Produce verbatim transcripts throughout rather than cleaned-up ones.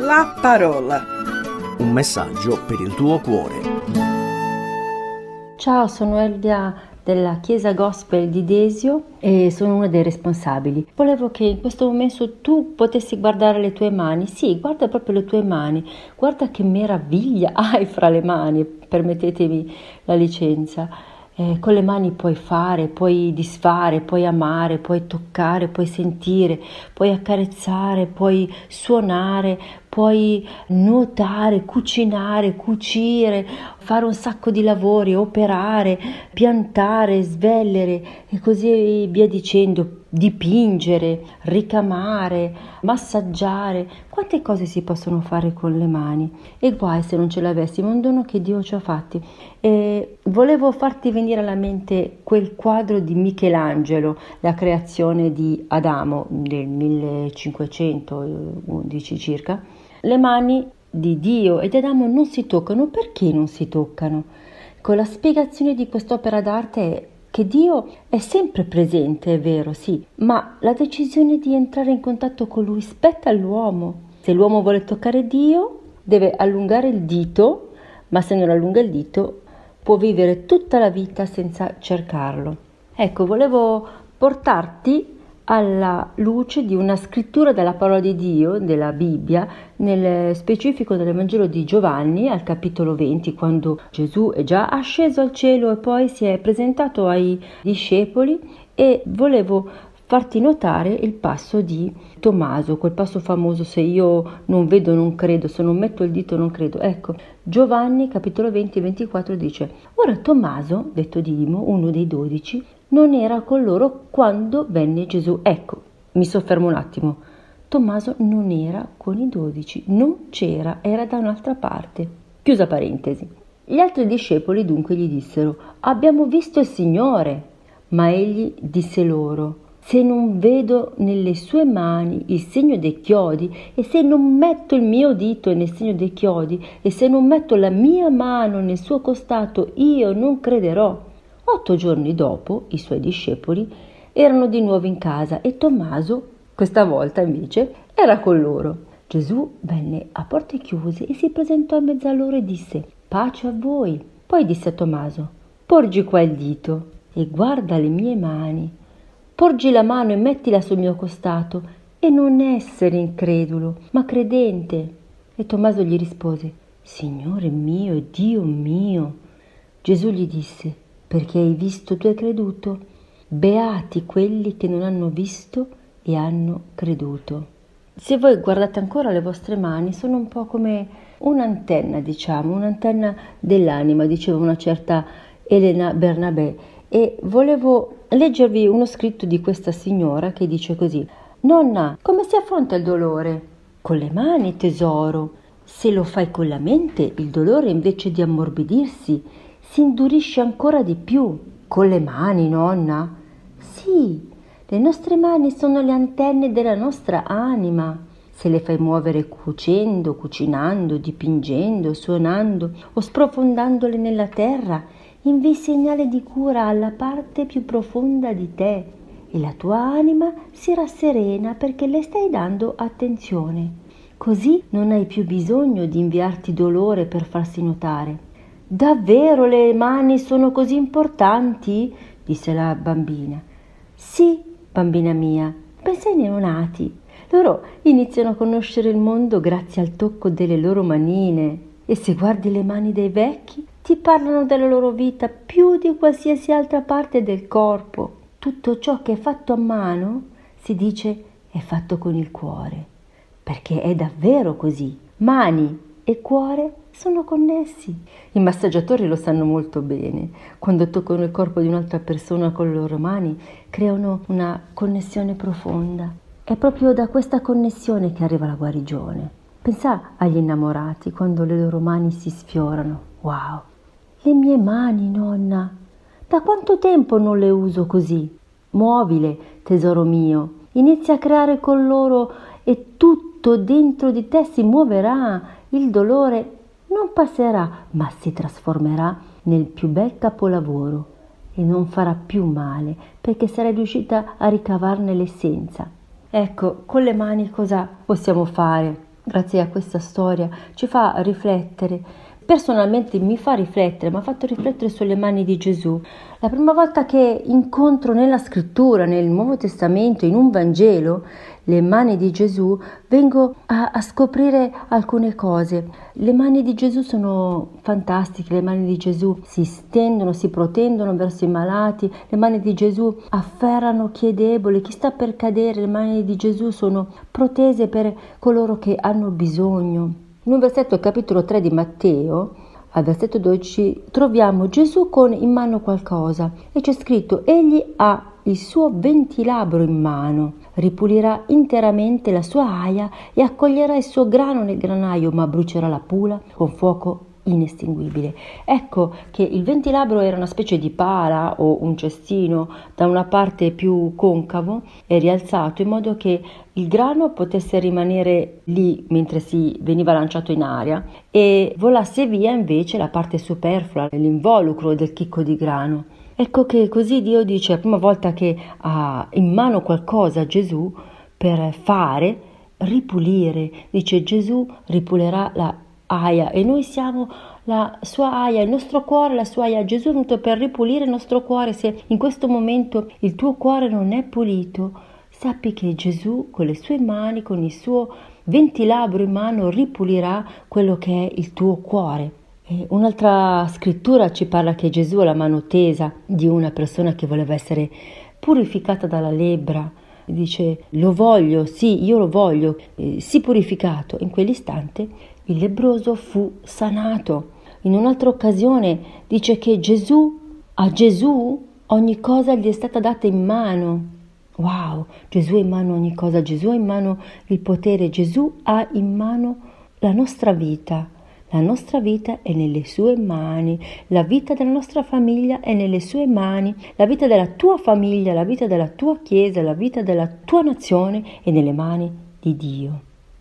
la parola. Un messaggio per il tuo cuore. Ciao, sono Elvia della Chiesa Gospel di Desio e sono una dei responsabili. Volevo che in questo momento tu potessi guardare le tue mani. Sì, guarda proprio le tue mani. Guarda che meraviglia hai fra le mani, permettetemi la licenza. Eh, con le mani puoi fare, puoi disfare, puoi amare, puoi toccare, puoi sentire, puoi accarezzare, puoi suonare, puoi nuotare, cucinare, cucire, fare un sacco di lavori, operare, piantare, svellere e così via dicendo, dipingere, ricamare, massaggiare. Quante cose si possono fare con le mani e guai se non ce l'avessimo, un dono che Dio ci ha fatti. E volevo farti venire alla mente quel quadro di Michelangelo, la creazione di Adamo del millecinquecentoundici circa. Le mani di Dio e di Adamo non si toccano. Perché non si toccano? Con la spiegazione di quest'opera d'arte è che Dio è sempre presente, è vero, sì, ma la decisione di entrare in contatto con Lui spetta all'uomo. Se l'uomo vuole toccare Dio, deve allungare il dito, ma se non allunga il dito, può vivere tutta la vita senza cercarlo. Ecco, volevo portarti alla luce di una scrittura della parola di Dio, della Bibbia, nel specifico nell'Evangelo di Giovanni, al capitolo venti, quando Gesù è già asceso al cielo e poi si è presentato ai discepoli, e volevo farti notare il passo di Tommaso, quel passo famoso: se io non vedo non credo, se non metto il dito non credo. Ecco, Giovanni capitolo venti ventiquattro dice: ora Tommaso, detto Didimo, uno dei dodici, non era con loro quando venne Gesù. Ecco, mi soffermo un attimo. Tommaso non era con i dodici, non c'era, era da un'altra parte. Chiusa parentesi. Gli altri discepoli dunque gli dissero: abbiamo visto il Signore. Ma egli disse loro: se non vedo nelle sue mani il segno dei chiodi, e se non metto il mio dito nel segno dei chiodi, e se non metto la mia mano nel suo costato, io non crederò. Otto giorni dopo i suoi discepoli erano di nuovo in casa e Tommaso, questa volta invece, era con loro. Gesù venne a porte chiuse e si presentò in mezzo a loro e disse: pace a voi. Poi disse a Tommaso: porgi qua il dito e guarda le mie mani. Porgi la mano e mettila sul mio costato e non essere incredulo, ma credente. E Tommaso gli rispose: Signore mio e Dio mio. Gesù gli disse: perché hai visto tu hai creduto? Beati quelli che non hanno visto e hanno creduto. Se voi guardate ancora le vostre mani, sono un po' come un'antenna, diciamo, un'antenna dell'anima, diceva una certa Elena Bernabé. E volevo leggervi uno scritto di questa signora che dice così: nonna, come si affronta il dolore? Con le mani, tesoro. Se lo fai con la mente, il dolore invece di ammorbidirsi si indurisce ancora di più. Con le mani, nonna? Sì, le nostre mani sono le antenne della nostra anima. Se le fai muovere cucendo, cucinando, dipingendo, suonando o sprofondandole nella terra, invii segnale di cura alla parte più profonda di te e la tua anima si rasserena perché le stai dando attenzione. Così non hai più bisogno di inviarti dolore per farsi notare. Davvero le mani sono così importanti? Disse la bambina. Sì, bambina mia, pensa ai neonati. Loro iniziano a conoscere il mondo grazie al tocco delle loro manine. E se guardi le mani dei vecchi, ti parlano della loro vita più di qualsiasi altra parte del corpo. Tutto ciò che è fatto a mano, si dice, è fatto con il cuore, perché è davvero così. Mani e cuore sono connessi. I massaggiatori lo sanno molto bene. Quando toccano il corpo di un'altra persona con le loro mani, creano una connessione profonda. È proprio da questa connessione che arriva la guarigione. Pensa agli innamorati quando le loro mani si sfiorano. Wow! Le mie mani, nonna, da quanto tempo non le uso così? Muovile, tesoro mio, inizia a creare con loro e tutto dentro di te si muoverà. Il dolore non passerà, ma si trasformerà nel più bel capolavoro e non farà più male perché sarai riuscita a ricavarne l'essenza. Ecco, con le mani cosa possiamo fare? grazie a questa storia, ci fa riflettere. Personalmente mi fa riflettere, mi ha fatto riflettere sulle mani di Gesù. La prima volta che incontro nella scrittura, nel Nuovo Testamento, in un Vangelo, le mani di Gesù, vengo a, a scoprire alcune cose. Le mani di Gesù sono fantastiche, le mani di Gesù si stendono, si protendono verso i malati, le mani di Gesù afferrano chi è debole, chi sta per cadere, le mani di Gesù sono protese per coloro che hanno bisogno. In un versetto, capitolo tre di Matteo, al versetto dodici, troviamo Gesù con in mano qualcosa e c'è scritto: egli ha il suo ventilabro in mano, ripulirà interamente la sua aia e accoglierà il suo grano nel granaio, ma brucerà la pula con fuoco inestinguibile. Ecco che il ventilabro era una specie di pala o un cestino da una parte più concavo e rialzato in modo che il grano potesse rimanere lì mentre si veniva lanciato in aria e volasse via invece la parte superflua, l'involucro del chicco di grano. Ecco che così Dio dice, la prima volta che ha in mano qualcosa Gesù per fare, ripulire, dice Gesù ripulirà la aia e noi siamo la sua aia, il nostro cuore, la sua aia. Gesù è venuto per ripulire il nostro cuore. Se in questo momento il tuo cuore non è pulito, sappi che Gesù con le sue mani, con il suo ventilabro in mano, ripulirà quello che è il tuo cuore. E un'altra scrittura ci parla che Gesù ha la mano tesa di una persona che voleva essere purificata dalla lebbra. Dice: lo voglio, sì, io lo voglio, eh, sii purificato. In quell'istante il lebbroso fu sanato. In un'altra occasione dice che Gesù, a Gesù ogni cosa gli è stata data in mano. Wow, Gesù ha in mano ogni cosa, Gesù ha in mano il potere, Gesù ha in mano la nostra vita. La nostra vita è nelle sue mani, la vita della nostra famiglia è nelle sue mani, la vita della tua famiglia, la vita della tua chiesa, la vita della tua nazione è nelle mani di Dio.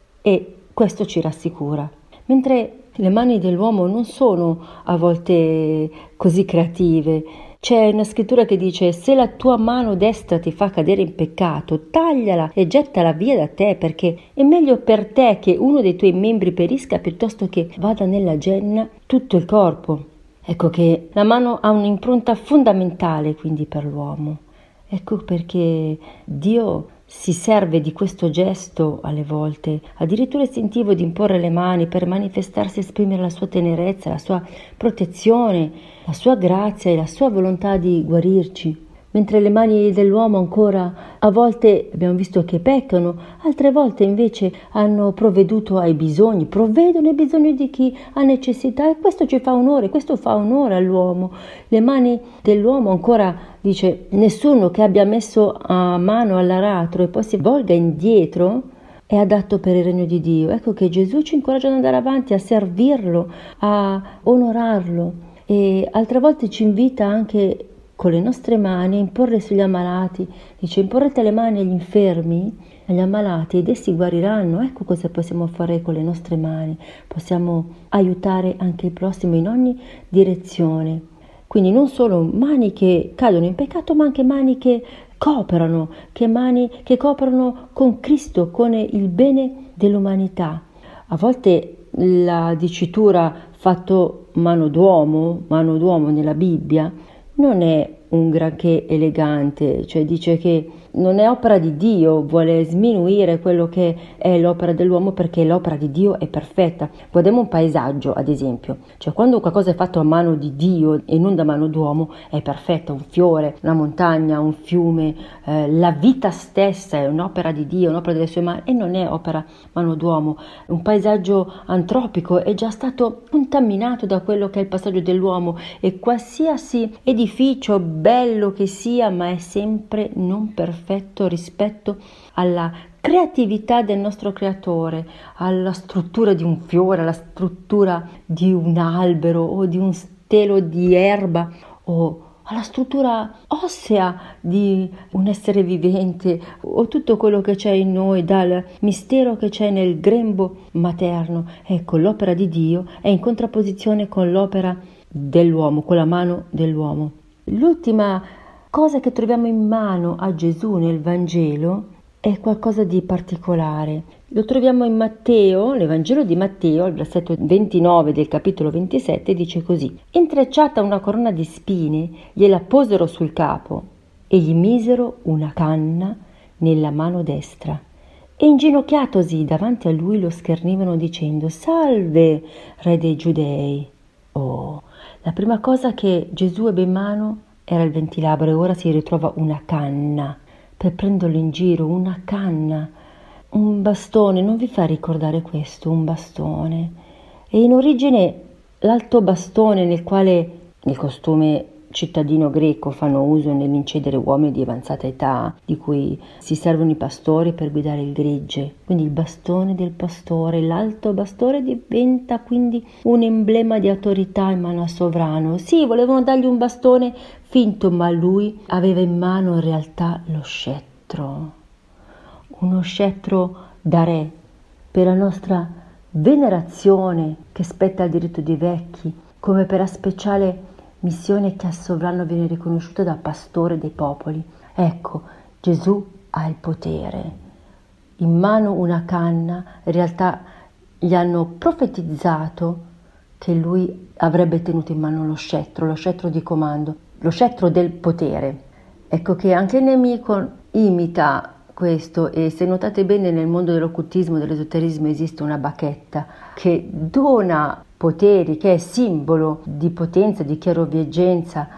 E questo ci rassicura. Mentre le mani dell'uomo non sono a volte così creative, c'è una scrittura che dice: se la tua mano destra ti fa cadere in peccato, tagliala e gettala via da te, perché è meglio per te che uno dei tuoi membri perisca piuttosto che vada nella genna tutto il corpo. Ecco che la mano ha un'impronta fondamentale quindi per l'uomo. Ecco perché Dio si serve di questo gesto alle volte, addirittura istintivo, di imporre le mani per manifestarsi e esprimere la sua tenerezza, la sua protezione, la sua grazia e la sua volontà di guarirci. Mentre le mani dell'uomo ancora a volte abbiamo visto che peccano, altre volte invece hanno provveduto ai bisogni, provvedono ai bisogni di chi ha necessità, e questo ci fa onore, questo fa onore all'uomo. Le mani dell'uomo ancora, dice, nessuno che abbia messo a mano all'aratro e poi si volga indietro è adatto per il regno di Dio. Ecco che Gesù ci incoraggia ad andare avanti, a servirlo, a onorarlo, e altre volte ci invita anche con le nostre mani a imporre sugli ammalati. Dice: imporrete le mani agli infermi, agli ammalati, ed essi guariranno. Ecco cosa possiamo fare con le nostre mani. Possiamo aiutare anche il prossimo in ogni direzione. Quindi non solo mani che cadono in peccato, ma anche mani che cooperano, che mani che cooperano con Cristo, con il bene dell'umanità. A volte la dicitura fatto mano d'uomo, mano d'uomo nella Bibbia, non è un granché elegante, cioè dice che non è opera di Dio, vuole sminuire quello che è l'opera dell'uomo, perché l'opera di Dio è perfetta. Guardiamo un paesaggio, ad esempio, cioè quando qualcosa è fatto a mano di Dio e non da mano d'uomo è perfetta, un fiore, una montagna, un fiume, eh, la vita stessa è un'opera di Dio, un'opera delle sue mani, e non è opera mano d'uomo. Un paesaggio antropico è già stato contaminato da quello che è il passaggio dell'uomo, e qualsiasi edificio bello che sia, ma è sempre non perfetto rispetto alla creatività del nostro creatore, alla struttura di un fiore, alla struttura di un albero o di un stelo di erba, o alla struttura ossea di un essere vivente, o tutto quello che c'è in noi, dal mistero che c'è nel grembo materno. Ecco, l'opera di Dio è in contrapposizione con l'opera dell'uomo, con la mano dell'uomo. L'ultima cosa che troviamo in mano a Gesù nel Vangelo è qualcosa di particolare. lo troviamo in Matteo, l'Evangelo di Matteo, al versetto ventinove del capitolo ventisette, dice così: intrecciata una corona di spine, gliela posero sul capo e gli misero una canna nella mano destra. E inginocchiatosi davanti a lui lo schernivano dicendo: salve, re dei Giudei. Oh, la prima cosa che Gesù ebbe in mano era il ventilabro e ora si ritrova una canna per prenderlo in giro, una canna, un bastone. Non vi fa ricordare questo? Un bastone. E in origine l'alto bastone nel quale nel costume cittadino greco fanno uso nell'incedere uomini di avanzata età, di cui si servono i pastori per guidare il gregge. Quindi il bastone del pastore, l'alto bastone, diventa quindi un emblema di autorità in mano al sovrano. Sì, volevano dargli un bastone finto, ma lui aveva in mano in realtà lo scettro, uno scettro da re per la nostra venerazione che spetta al diritto dei vecchi, come per la speciale missione che al sovrano viene riconosciuta da pastore dei popoli. Ecco, Gesù ha il potere. In mano una canna, in realtà gli hanno profetizzato che lui avrebbe tenuto in mano lo scettro, lo scettro di comando, lo scettro del potere. Ecco che anche il nemico imita questo, e se notate bene nel mondo dell'occultismo e dell'esoterismo esiste una bacchetta che dona poteri, che è simbolo di potenza, di chiaroveggenza,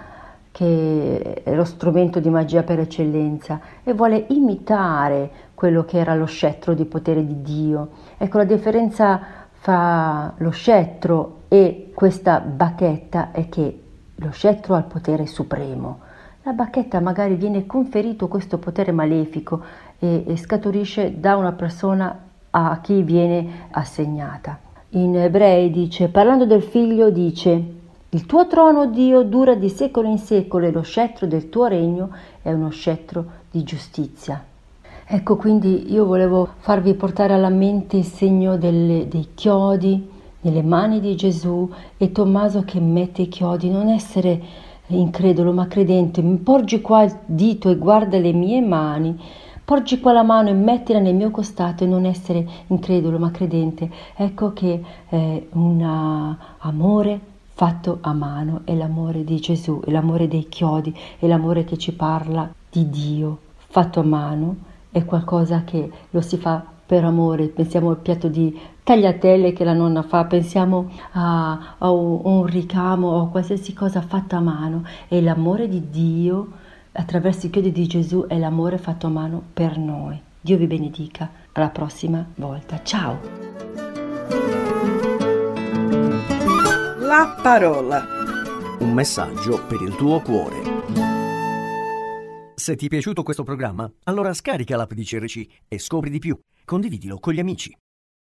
che è lo strumento di magia per eccellenza, e vuole imitare quello che era lo scettro di potere di Dio. Ecco, la differenza fra lo scettro e questa bacchetta è che lo scettro ha il potere supremo. La bacchetta magari viene conferito questo potere malefico e, e scaturisce da una persona a chi viene assegnata. In Ebrei dice, parlando del figlio, dice: il tuo trono, Dio, dura di secolo in secolo e lo scettro del tuo regno è uno scettro di giustizia. Ecco, quindi io volevo farvi portare alla mente il segno delle, dei chiodi nelle mani di Gesù, e Tommaso che mette i chiodi. Non essere incredulo ma credente. Porgi qua il dito e guarda le mie mani. Porgi qua la mano e mettila nel mio costato, e non essere incredulo ma credente. Ecco che è un amore fatto a mano, è l'amore di Gesù, è l'amore dei chiodi, è l'amore che ci parla di Dio. Fatto a mano è qualcosa che lo si fa per amore. Pensiamo al piatto di tagliatelle che la nonna fa, pensiamo a, a un ricamo o a qualsiasi cosa fatta a mano. E l'amore di Dio attraverso i chiodi di Gesù è l'amore fatto a mano per noi. Dio vi benedica, alla prossima volta, ciao! La parola. Un messaggio per il tuo cuore. Se ti è piaciuto questo programma, allora scarica l'app di C R C e scopri di più. Condividilo con gli amici.